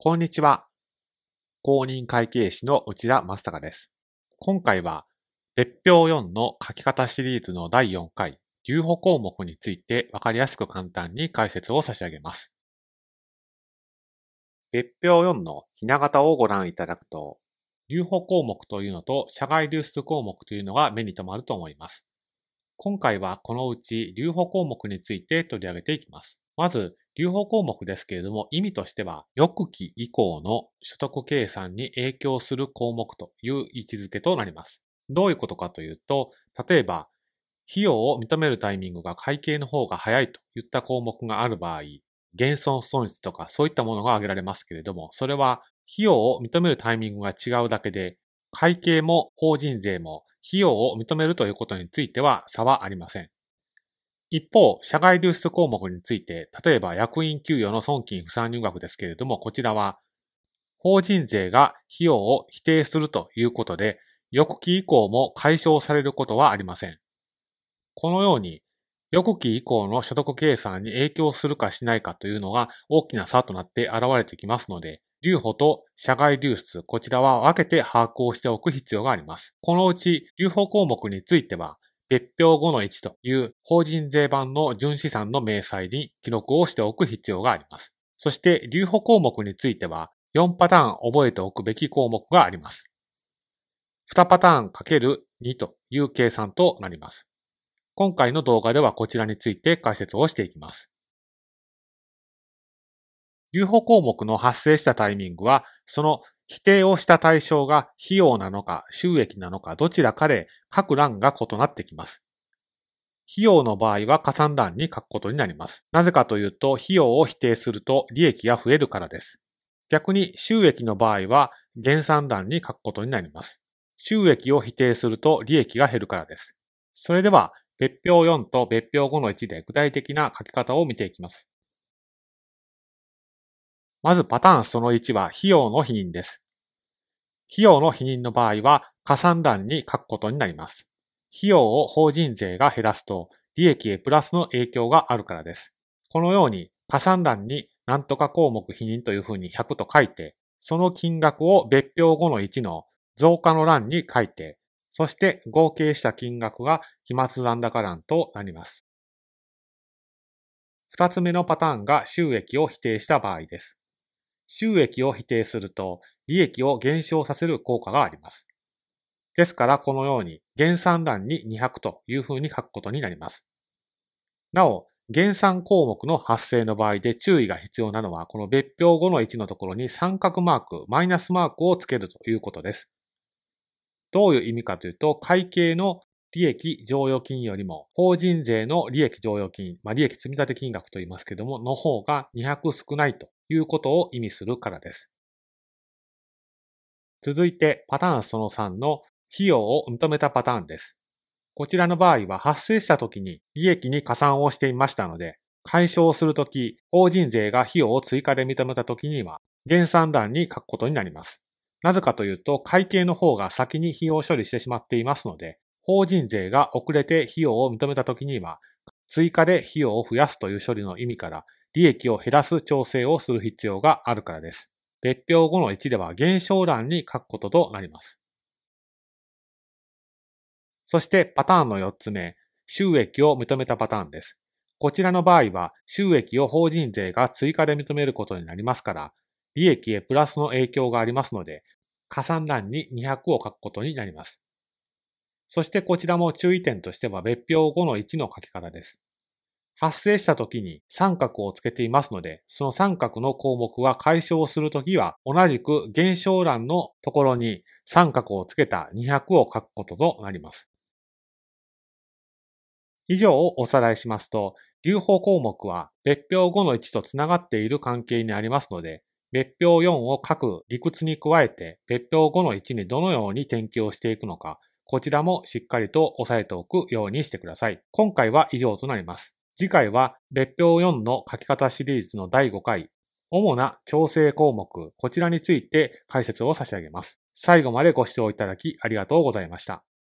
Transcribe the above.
こんにちは。公認会計士の内田正孝です。今回は別表4の書き方シリーズの第4回、留保項目についてわかりやすく簡単に解説を差し上げます。別表4のひな形をご覧いただくと、留保項目というのと社外流出項目というのが目に留まると思います。今回はこのうち留保項目について取り上げていきます。まず、留保項目ですけれども、意味としては、翌期以降の所得計算に影響する項目という位置づけとなります。どういうことかというと、例えば、費用を認めるタイミングが会計の方が早いといった項目がある場合、減損損失とかそういったものが挙げられますけれども、それは費用を認めるタイミングが違うだけで、会計も法人税も費用を認めるということについては差はありません。一方、社外流出項目について、例えば役員給与の損金不算入額ですけれども、こちらは、法人税が費用を否定するということで、翌期以降も解消されることはありません。このように、翌期以降の所得計算に影響するかしないかというのが大きな差となって現れてきますので、留保と社外流出、こちらは分けて把握をしておく必要があります。このうち、留保項目については、別表 5-1 という法人税版の純資産の明細に記録をしておく必要があります。そして、留保項目については、4パターン覚えておくべき項目があります。2パターン ×2 という計算となります。今回の動画ではこちらについて解説をしていきます。留保項目の発生したタイミングは、その否定をした対象が費用なのか収益なのかどちらかで各欄が異なってきます。費用の場合は加算欄に書くことになります。なぜかというと、費用を否定すると利益が増えるからです。逆に収益の場合は減算欄に書くことになります。収益を否定すると利益が減るからです。それでは、別表4と別表 5-1 で具体的な書き方を見ていきます。まずパターンその1は費用の否認です。費用の否認の場合は加算欄に書くことになります。費用を法人税が減らすと利益へプラスの影響があるからです。このように加算欄に何とか項目否認というふうに100と書いて、その金額を別表 5-1 の増加の欄に書いて、そして合計した金額が期末残高欄となります。二つ目のパターンが収益を否定した場合です。収益を否定すると利益を減少させる効果があります。ですからこのように減算欄に200というふうに書くことになります。なお、減算項目の発生の場合で注意が必要なのはこの別表 5-1 のところに三角マーク、マイナスマークをつけるということです。どういう意味かというと、会計の利益剰余金よりも、法人税の利益剰余金、利益積立金額と言いますけども、の方が200少ないということを意味するからです。続いて、パターンその3の費用を認めたパターンです。こちらの場合は発生した時に利益に加算をしていましたので、解消するとき、法人税が費用を追加で認めたときには、減算欄に書くことになります。なぜかというと、会計の方が先に費用処理してしまっていますので、法人税が遅れて費用を認めたときには、追加で費用を増やすという処理の意味から、利益を減らす調整をする必要があるからです。別表 5-1 では減少欄に書くこととなります。そしてパターンの4つ目、収益を認めたパターンです。こちらの場合は、収益を法人税が追加で認めることになりますから、利益へプラスの影響がありますので、加算欄に200を書くことになります。そしてこちらも注意点としては別表 5-1 の書き方です。発生した時に三角をつけていますので、その三角の項目が解消するときは、同じく減少欄のところに三角をつけた200を書くこととなります。以上をおさらいしますと、留保項目は別表 5-1 とつながっている関係にありますので、別表4を各理屈に加えて別表 5-1 にどのように転記をしていくのか、こちらもしっかりと押さえておくようにしてください。今回は以上となります。次回は別表4の書き方シリーズの第5回、主な調整項目、こちらについて解説を差し上げます。最後までご視聴いただきありがとうございました。